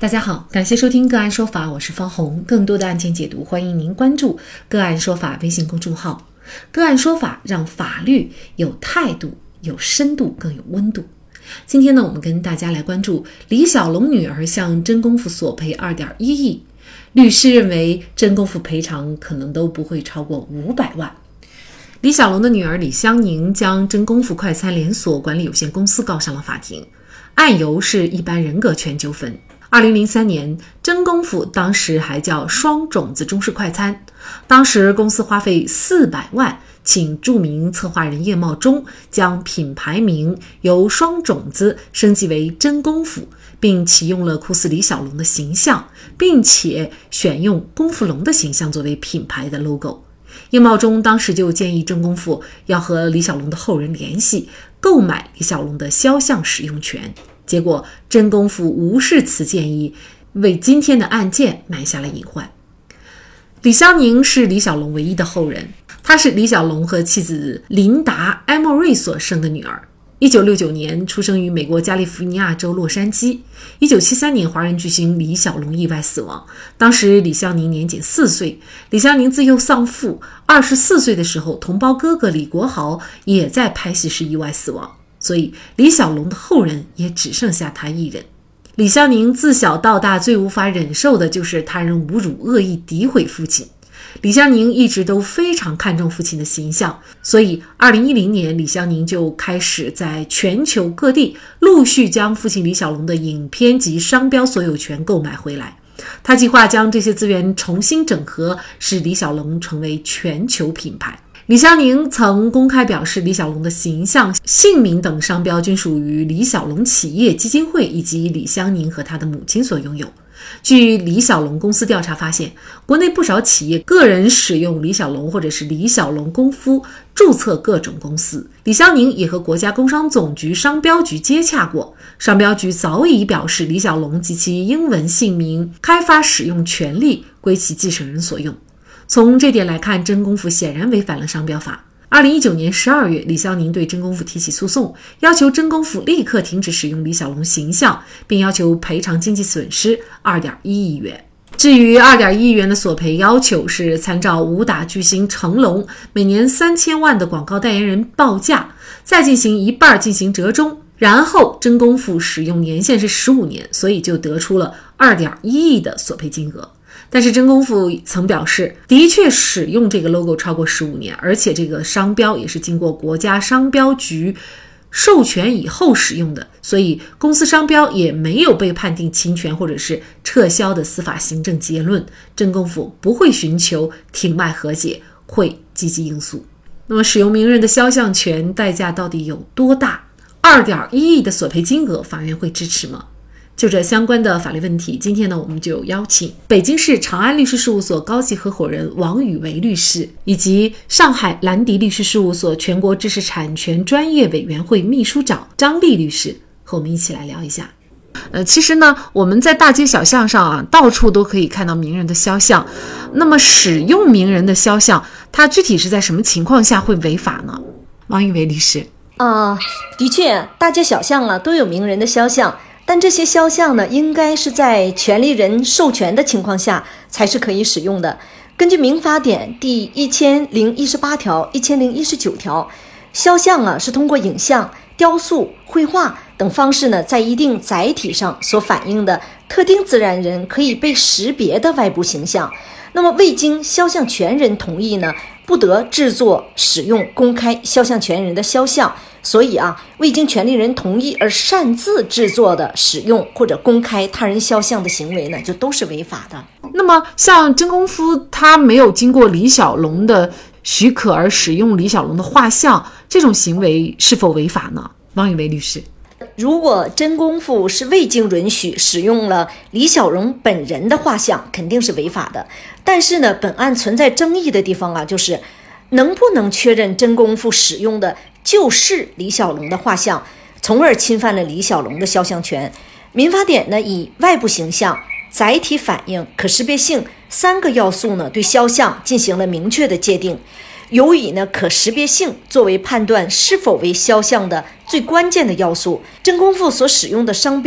大家好，感谢收听个案说法，我是方红。更多的案件解读，欢迎您关注个案说法微信公众号。个案说法让法律有态度、有深度、更有温度。今天呢，我们跟大家来关注李小龙女儿向真功夫索赔2.1亿，律师认为真功夫赔偿可能都不会超过500万。李小龙的女儿李香凝将真功夫快餐连锁管理有限公司告上了法庭，案由是一般人格权纠纷。2003年，真功夫当时还叫双种子中式快餐，当时公司花费400万请著名策划人叶茂中将品牌名由双种子升级为真功夫，并启用了酷似李小龙的形象，并且选用功夫龙的形象作为品牌的 logo。叶茂中当时就建议真功夫要和李小龙的后人联系，购买李小龙的肖像使用权。结果真功夫无视此建议，为今天的案件埋下了隐患。李香凝是李小龙唯一的后人，她是李小龙和妻子琳达·埃默瑞所生的女儿。1969年出生于美国加利福尼亚州洛杉矶。1973年华人巨星李小龙意外死亡，当时李香凝年仅4岁。李香凝自幼丧父，24岁的时候同胞哥哥李国豪也在拍戏时意外死亡，所以李小龙的后人也只剩下他一人。李香凝自小到大最无法忍受的就是他人侮辱、恶意诋毁父亲。李香凝一直都非常看重父亲的形象，所以2010年李香凝就开始在全球各地陆续将父亲李小龙的影片及商标所有权购买回来。他计划将这些资源重新整合，使李小龙成为全球品牌。李香凝曾公开表示，李小龙的形象、姓名等商标均属于李小龙企业基金会以及李香凝和他的母亲所拥有。据李小龙公司调查发现，国内不少企业个人使用李小龙或者是李小龙功夫注册各种公司。李香凝也和国家工商总局商标局接洽过，商标局早已表示李小龙及其英文姓名开发使用权利归其继承人所用。从这点来看，真功夫显然违反了商标法。2019年12月，李香凝对真功夫提起诉讼，要求真功夫立刻停止使用李小龙形象，并要求赔偿经济损失2.1亿元。至于2.1亿元的索赔要求，是参照武打巨星成龙每年3000万的广告代言人报价，再进行一半进行折中，然后真功夫使用年限是15年，所以就得出了2.1亿的索赔金额。但是真功夫曾表示，的确使用这个 logo 超过15年，而且这个商标也是经过国家商标局授权以后使用的，所以公司商标也没有被判定侵权或者是撤销的司法行政结论。真功夫不会寻求庭外和解，会积极应诉。那么使用名人的肖像权代价到底有多大？2.1亿的索赔金额，法院会支持吗？就这相关的法律问题，今天呢，我们就邀请北京市长安律师事务所高级合伙人王宇维律师，以及上海兰迪律师事务所全国知识产权专业委员会秘书长张丽律师，和我们一起来聊一下。其实呢，我们在大街小巷上到处都可以看到名人的肖像。那么使用名人的肖像，它具体是在什么情况下会违法呢？王宇维律师。 的确，大街小巷都有名人的肖像。但这些肖像呢，应该是在权利人授权的情况下才是可以使用的。根据民法典第1018条、1019条，肖像是通过影像、雕塑、绘画等方式呢，在一定载体上所反映的特定自然人可以被识别的外部形象。那么未经肖像权人同意呢，不得制作、使用、公开肖像权人的肖像。所以未经权利人同意而擅自制作的、使用或者公开他人肖像的行为呢，就都是违法的。 那么像真功夫他没有经过李小龙的许可而使用李小龙的画像，这种行为是否违法呢？王宇维律师。 如果真功夫是未经允许使用了李小龙本人的画像，肯定是违法的。但是呢，本案存在争议的地方就是能不能确认真功夫使用的就是李小龙的画像，从而侵犯了李小龙的肖像权。民法典呢，以外部形象、载体反应、可识别性3个要素呢，对肖像进行了明确的界定。由以呢可识别性作为判断是否为肖像的最关键的要素，真功夫所使用的商标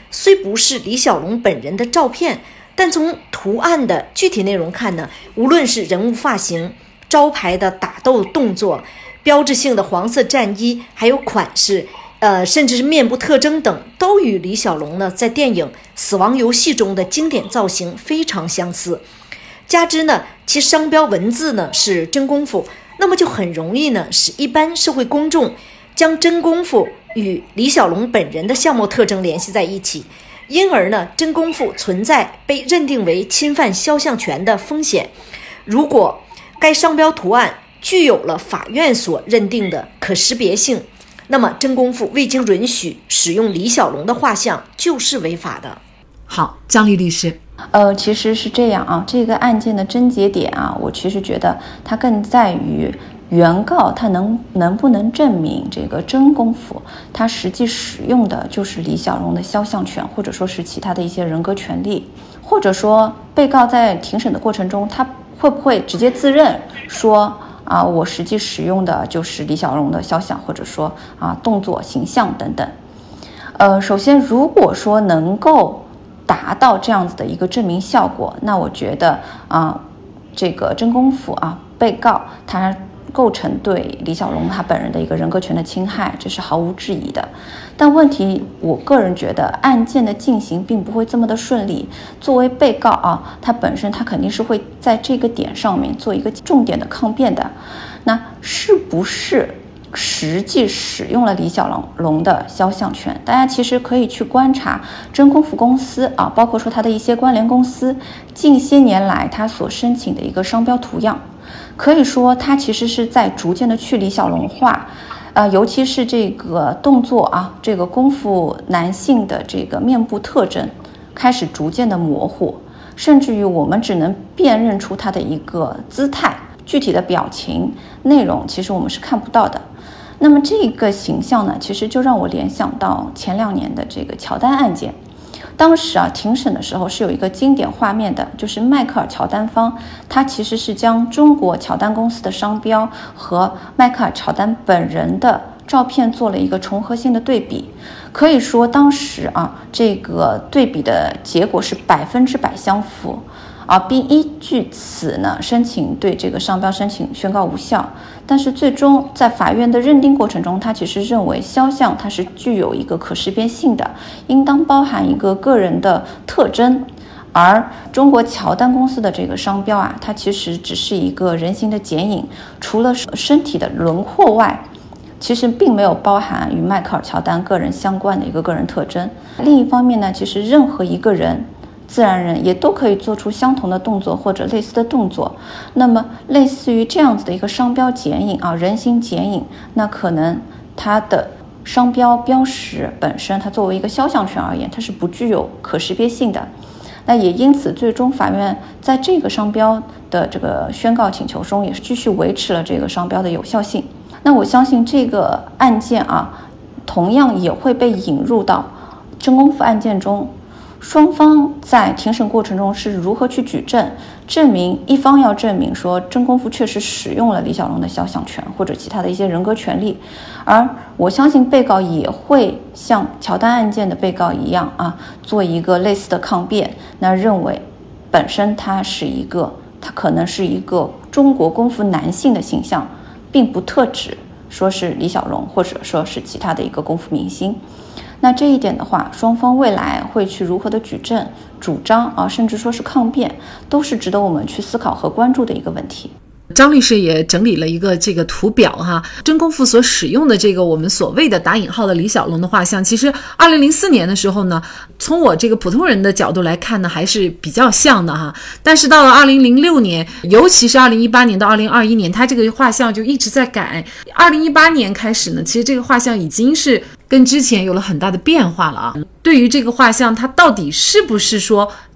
虽不是李小龙本人的照片，但从图案的具体内容看呢，无论是人物发型、招牌的打斗动作、标志性的黄色战衣，还有款式，甚至是面部特征等，都与李小龙呢在电影《死亡游戏》中的经典造型非常相似。加之呢，其商标文字呢是真功夫，那么就很容易呢使一般社会公众将真功夫与李小龙本人的相貌特征联系在一起，因而呢，真功夫存在被认定为侵犯肖像权的风险。如果该商标图案具有了法院所认定的可识别性，那么真功夫未经允许使用李小龙的画像就是违法的。 好，张丽律师。 其实是这样啊，这个案件的症结点啊，我其实觉得它更在于原告他能不能证明这个真功夫他实际使用的就是李小龙的肖像权，或者说是其他的一些人格权利，或者说被告在庭审的过程中他会不会直接自认说我实际使用的就是李小龙的肖像，或者说动作形象等等。首先如果说能够达到这样子的一个证明效果，那我觉得这个真功夫被告他构成对李小龙他本人的一个人格权的侵害，这是毫无质疑的。但问题，我个人觉得案件的进行并不会这么的顺利。作为被告他本身他肯定是会在这个点上面做一个重点的抗辩的。那是不是实际使用了李小龙的肖像权？大家其实可以去观察真功夫公司包括说它的一些关联公司近些年来它所申请的一个商标图样，可以说它其实是在逐渐的去李小龙化，尤其是这个动作这个功夫男性的这个面部特征开始逐渐的模糊，甚至于我们只能辨认出他的一个姿态，具体的表情内容其实我们是看不到的。那么这个形象呢，其实就让我联想到前2年的这个乔丹案件。当时庭审的时候是有一个经典画面的，就是迈克尔乔丹方他其实是将中国乔丹公司的商标和迈克尔乔丹本人的照片做了一个重合性的对比。可以说当时这个对比的结果是100%相符并依据此呢申请对这个商标申请宣告无效。但是最终在法院的认定过程中，他其实认为肖像它是具有一个可识别性的，应当包含一个个人的特征，而中国乔丹公司的这个商标它其实只是一个人形的剪影，除了身体的轮廓外，其实并没有包含与迈克尔乔丹个人相关的一个个人特征。另一方面呢，其实任何一个人自然人也都可以做出相同的动作或者类似的动作，那么类似于这样子的一个商标剪影人形剪影，那可能它的商标标识本身它作为一个肖像权而言，它是不具有可识别性的。那也因此最终法院在这个商标的这个宣告请求中也是继续维持了这个商标的有效性。那我相信这个案件同样也会被引入到真功夫案件中，双方在庭审过程中是如何去举证明一方要证明说真功夫确实使用了李小龙的肖像权或者其他的一些人格权利，而我相信被告也会像乔丹案件的被告一样做一个类似的抗辩，那认为本身他可能是一个中国功夫男性的形象，并不特指说是李小龙或者说是其他的一个功夫明星。那这一点的话，双方未来会去如何的举证、主张甚至说是抗辩，都是值得我们去思考和关注的一个问题。 张律师也整理了一个这个图表真功夫所使用的这个我们所谓的打引号的李小龙的画像，其实2004年的时候呢，从我这个普通人的角度来看呢，还是比较像的但是到了2006年，尤其是2018年到2021年，它这个画像就一直在改。2018年开始呢，其实这个画像已经是跟之前有了很大的变化了对于这个画像，它到底是不是说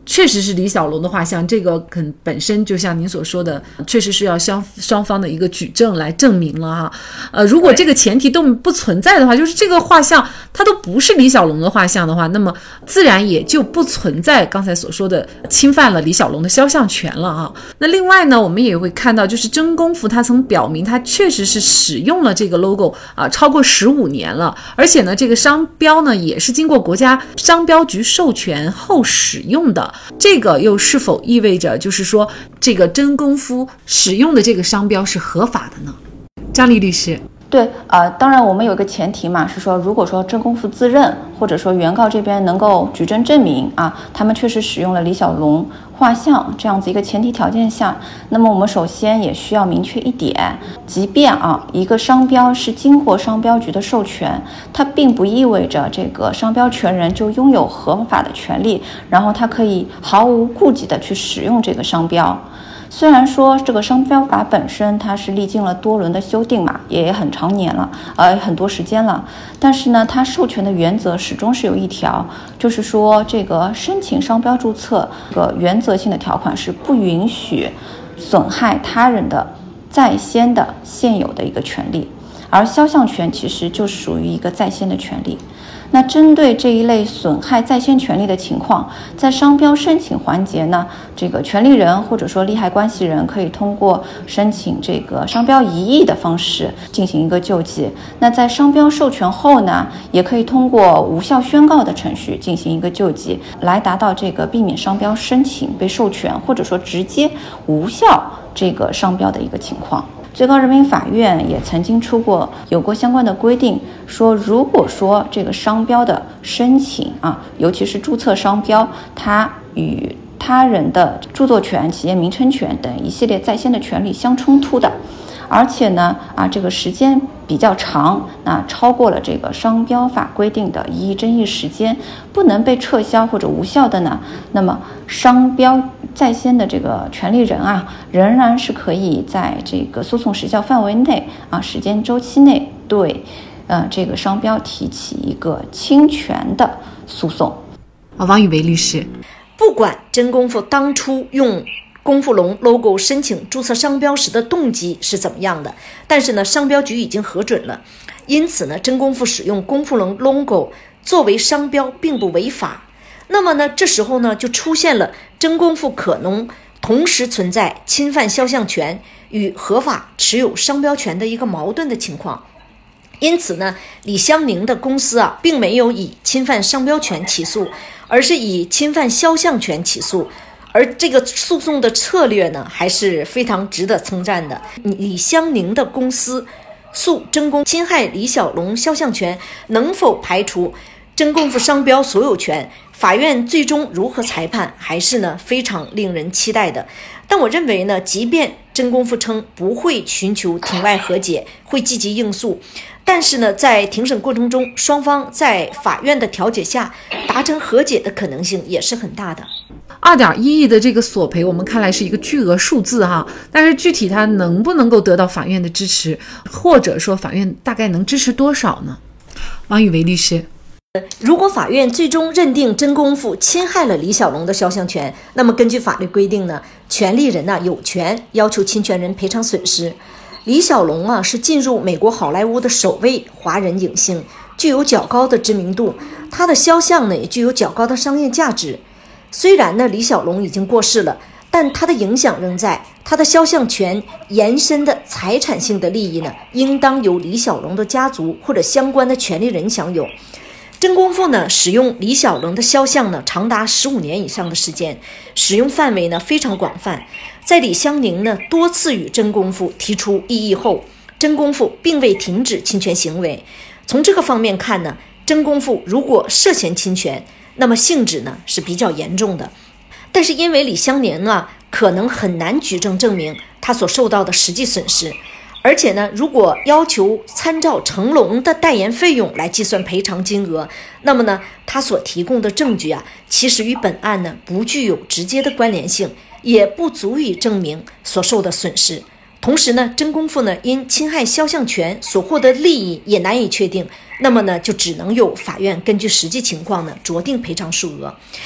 确实是李小龙的画像，这个本身就像您所说的，确实是要双方的一个举证来证明了哈。如果这个前提都不存在的话，就是这个画像它都不是李小龙的画像的话，那么自然也就不存在刚才所说的侵犯了李小龙的肖像权了啊。那另外呢，我们也会看到，就是真功夫它曾表明它确实是使用了这个 logo 超过15年了，而且呢，这个商标呢也是经过国家商标局授权后使用的。这个又是否意味着就是说这个真功夫使用的这个商标是合法的呢？张丽律师。 对，当然我们有个前提嘛，是说如果说真功夫自认，或者说原告这边能够举证证明他们确实使用了李小龙画像这样子一个前提条件下，那么我们首先也需要明确一点，即便一个商标是经过商标局的授权，它并不意味着这个商标权人就拥有合法的权利，然后他可以毫无顾忌的去使用这个商标。虽然说这个商标法本身它是历经了多轮的修订嘛，也很长年了，很多时间了，但是呢，它授权的原则始终是有一条，就是说这个申请商标注册这个原则性的条款是不允许损害他人的在先的现有的一个权利，而肖像权其实就属于一个在先的权利。那针对这一类损害在先权利的情况，在商标申请环节呢，这个权利人或者说利害关系人可以通过申请这个商标异议的方式进行一个救济。那在商标授权后呢，也可以通过无效宣告的程序进行一个救济，来达到这个避免商标申请被授权或者说直接无效这个商标的一个情况。最高人民法院也曾经有过相关的规定，说如果说这个商标的申请尤其是注册商标，它与他人的著作权、企业名称权等一系列在先的权利相冲突的，而且呢这个时间比较长，超过了这个商标法规定的异议争议时间，不能被撤销或者无效的呢，那么商标在先的这个权利人仍然是可以在这个诉讼时效范围内时间周期内对这个商标提起一个侵权的诉讼。 王宇维律师。 不管真功夫当初用功夫龙 logo 申请注册商标时的动机是怎么样的，但是呢，商标局已经核准了，因此呢，真功夫使用功夫龙 logo 作为商标并不违法。那么呢，这时候呢，就出现了真功夫可能同时存在侵犯肖像权与合法持有商标权的一个矛盾的情况。因此呢，李香凝的公司并没有以侵犯商标权起诉，而是以侵犯肖像权起诉。而这个诉讼的策略呢，还是非常值得称赞的。李香凝的公司诉真功夫侵害李小龙肖像权，能否排除真功夫商标所有权，法院最终如何裁判，还是呢非常令人期待的。但我认为呢，即便真功夫称不会寻求庭外和解，会积极应诉，但是呢，在庭审过程中，双方在法院的调解下达成和解的可能性也是很大的。 2.1亿的这个索赔，我们看来是一个巨额数字但是具体它能不能够得到法院的支持，或者说法院大概能支持多少呢？王宇维律师。 如果法院最终认定真功夫侵害了李小龙的肖像权，那么根据法律规定呢，权利人有权要求侵权人赔偿损失。李小龙是进入美国好莱坞的首位华人影星，具有较高的知名度，他的肖像呢也具有较高的商业价值。虽然呢李小龙已经过世了，但他的影响仍在，他的肖像权延伸的财产性的利益呢，应当由李小龙的家族或者相关的权利人享有。真功夫呢使用李小龙的肖像呢长达15年以上的时间，使用范围呢非常广泛。在李香凝呢多次与真功夫提出异议后，真功夫并未停止侵权行为。从这个方面看呢，真功夫如果涉嫌侵权，那么性质呢是比较严重的。但是因为李香凝可能很难举证证明他所受到的实际损失，而且呢，如果要求参照成龙的代言费用来计算赔偿金额，那么呢，他所提供的证据其实与本案呢不具有直接的关联性，也不足以证明所受的损失。同时呢，真功夫呢因侵害肖像权所获得利益也难以确定，那么呢，就只能由法院根据实际情况呢酌定赔偿数额。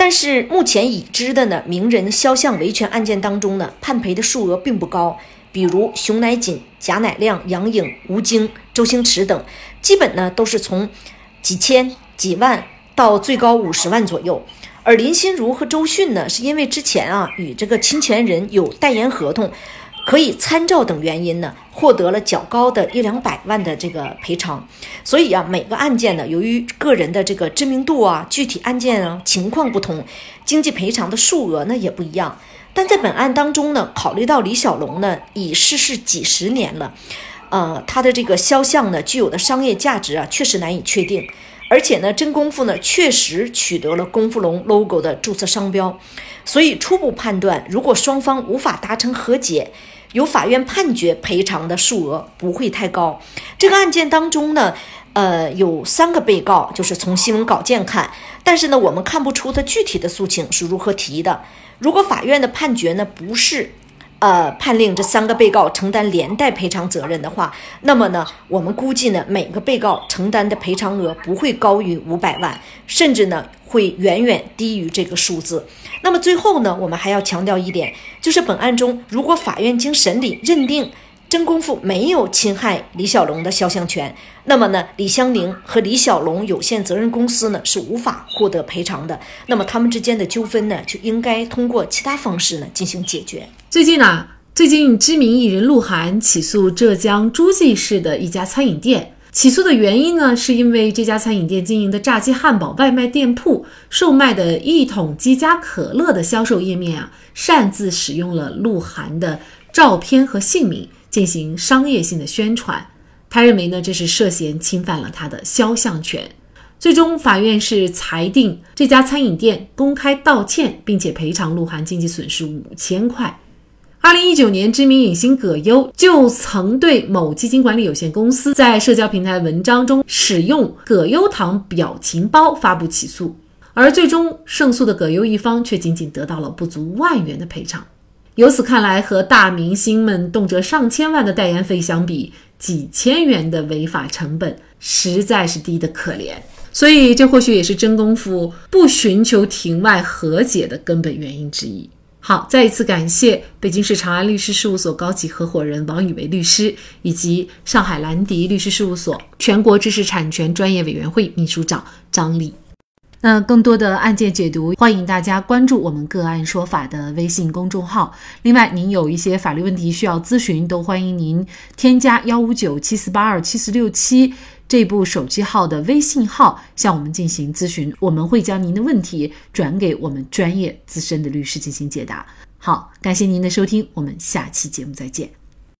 但是目前已知的呢，名人肖像维权案件当中呢，判赔的数额并不高，比如熊乃瑾、贾乃亮、杨颖、吴京、周星驰等，基本呢都是从几千、几万到最高50万左右。而林心如和周迅呢，是因为之前与这个侵权人有代言合同，可以参照等原因呢，获得了较高的100-200万的这个赔偿。所以每个案件呢，由于个人的这个知名度具体案件情况不同，经济赔偿的数额呢也不一样。但在本案当中呢，考虑到李小龙呢已逝世几十年了，他的这个肖像呢具有的商业价值确实难以确定。而且呢，真功夫呢确实取得了功夫龙 logo 的注册商标，所以初步判断，如果双方无法达成和解，由法院判决赔偿的数额不会太高。这个案件当中呢，有3个被告，就是从新闻稿件看，但是呢，我们看不出他具体的诉请是如何提的。如果法院的判决呢不是判令这3个被告承担连带赔偿责任的话，那么呢，我们估计呢，每个被告承担的赔偿额不会高于500万，甚至呢，会远远低于这个数字。那么最后呢，我们还要强调一点，就是本案中，如果法院经审理认定真功夫没有侵害李小龙的肖像权，那么呢，李香凝和李小龙有限责任公司呢是无法获得赔偿的。那么他们之间的纠纷呢，就应该通过其他方式呢进行解决。 最近知名艺人鹿晗起诉浙江诸暨市的一家餐饮店，起诉的原因呢，是因为这家餐饮店经营的炸鸡汉堡外卖店铺售卖的一桶鸡加可乐的销售页面擅自使用了鹿晗的照片和姓名进行商业性的宣传。他认为呢，这是涉嫌侵犯了他的肖像权。最终法院是裁定这家餐饮店公开道歉，并且赔偿鹿晗经济损失5000块。2019年，知名影星葛优就曾对某基金管理有限公司在社交平台文章中使用葛优糖表情包发布起诉，而最终胜诉的葛优一方却仅仅得到了不足1万元的赔偿。由此看来，和大明星们动辄上千万的代言费相比，几千元的违法成本实在是低得可怜。所以这或许也是真功夫不寻求庭外和解的根本原因之一。好，再一次感谢北京市长安律师事务所高级合伙人王宇维律师，以及上海兰迪律师事务所全国知识产权专业委员会秘书长张丽。那更多的案件解读，欢迎大家关注我们个案说法的微信公众号。另外，您有一些法律问题需要咨询，都欢迎您添加15974827467这部手机号的微信号向我们进行咨询，我们会将您的问题转给我们专业资深的律师进行解答。好，感谢您的收听，我们下期节目再见。